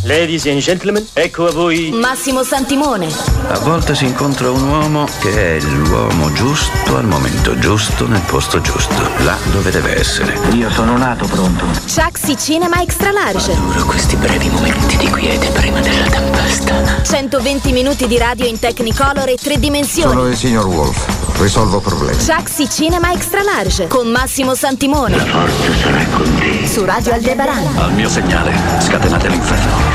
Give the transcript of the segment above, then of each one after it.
Ladies and gentlemen, ecco a voi Massimo Santimone. A volte si incontra un uomo che è l'uomo giusto al momento giusto nel posto giusto, là dove deve essere. Io sono nato pronto. Chuck's Cinema Extra Large. Adoro questi brevi momenti di quiete prima della tempesta. 120 minuti di radio in Technicolor e 3 dimensioni. Sono il signor Wolf, risolvo problemi. Chuck's Cinema Extra Large con Massimo Santimone. La forza sarà con te. Su Radio Aldebaran. Al mio segnale, scatenate l'inferno.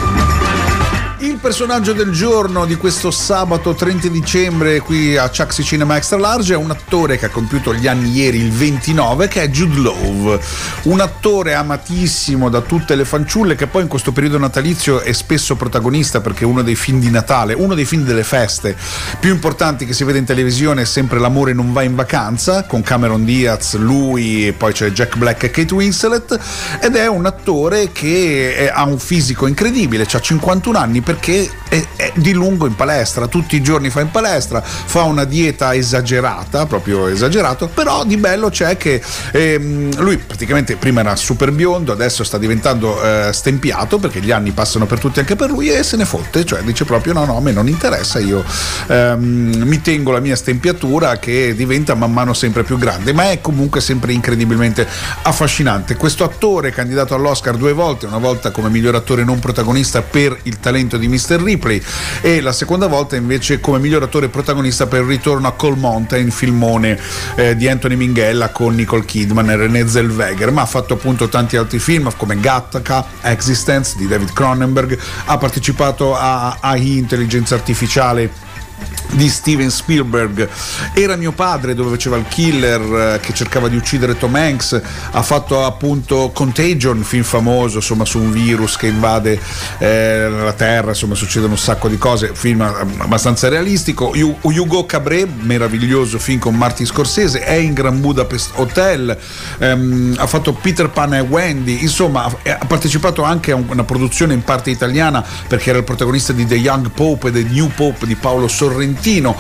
Il personaggio del giorno di questo sabato 30 dicembre qui a Chuck's Cinema Extra Large è un attore che ha compiuto gli anni ieri, il 29, che è Jude Law, un attore amatissimo da tutte le fanciulle, che poi in questo periodo natalizio è spesso protagonista, perché uno dei film di Natale, uno dei film delle feste più importanti che si vede in televisione è sempre L'amore non va in vacanza, con Cameron Diaz, lui, e poi c'è Jack Black e Kate Winslet, ed è un attore che ha un fisico incredibile, ha 51 anni, perché è di lungo in palestra, tutti i giorni fa in palestra, fa una dieta esagerata, proprio esagerato, però di bello c'è che lui praticamente prima era super biondo, adesso sta diventando stempiato, perché gli anni passano per tutti anche per lui, e se ne fotte, cioè dice proprio no, a me non interessa, io mi tengo la mia stempiatura che diventa man mano sempre più grande, ma è comunque sempre incredibilmente affascinante. Questo attore candidato all'Oscar 2 volte, una volta come miglior attore non protagonista per Il talento di Mr. Ripley e la seconda volta invece come miglior attore protagonista per Il ritorno a Coal Mountain, filmone di Anthony Minghella con Nicole Kidman e Renée Zellweger, ma ha fatto appunto tanti altri film come Gattaca, Existence di David Cronenberg, ha partecipato a AI, Intelligenza Artificiale di Steven Spielberg, Era mio padre, dove faceva il killer che cercava di uccidere Tom Hanks, ha fatto appunto Contagion, film famoso insomma su un virus che invade la terra, insomma succedono un sacco di cose, film abbastanza realistico. Hugo Cabret, meraviglioso film con Martin Scorsese, è in Grand Budapest Hotel, ha fatto Peter Pan e Wendy, insomma ha partecipato anche a una produzione in parte italiana perché era il protagonista di The Young Pope e The New Pope di Paolo Sorrentino.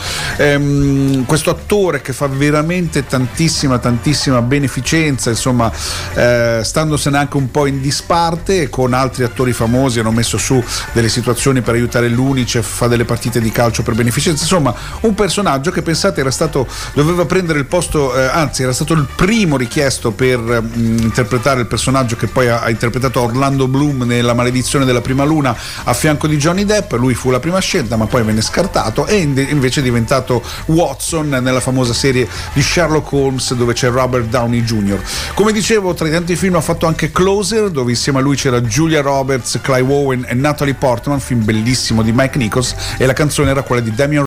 Questo attore che fa veramente tantissima beneficenza, insomma standosene anche un po' in disparte con altri attori famosi, hanno messo su delle situazioni per aiutare l'Unicef, fa delle partite di calcio per beneficenza, insomma un personaggio che pensate doveva prendere il posto, anzi era stato il primo richiesto per interpretare il personaggio che poi ha interpretato Orlando Bloom nella Maledizione della prima luna a fianco di Johnny Depp, lui fu la prima scelta ma poi venne scartato e invece è diventato Watson nella famosa serie di Sherlock Holmes dove c'è Robert Downey Jr. Come dicevo, tra i tanti film ha fatto anche Closer, dove insieme a lui c'era Julia Roberts, Clive Owen e Natalie Portman, film bellissimo di Mike Nichols, e la canzone era quella di Damien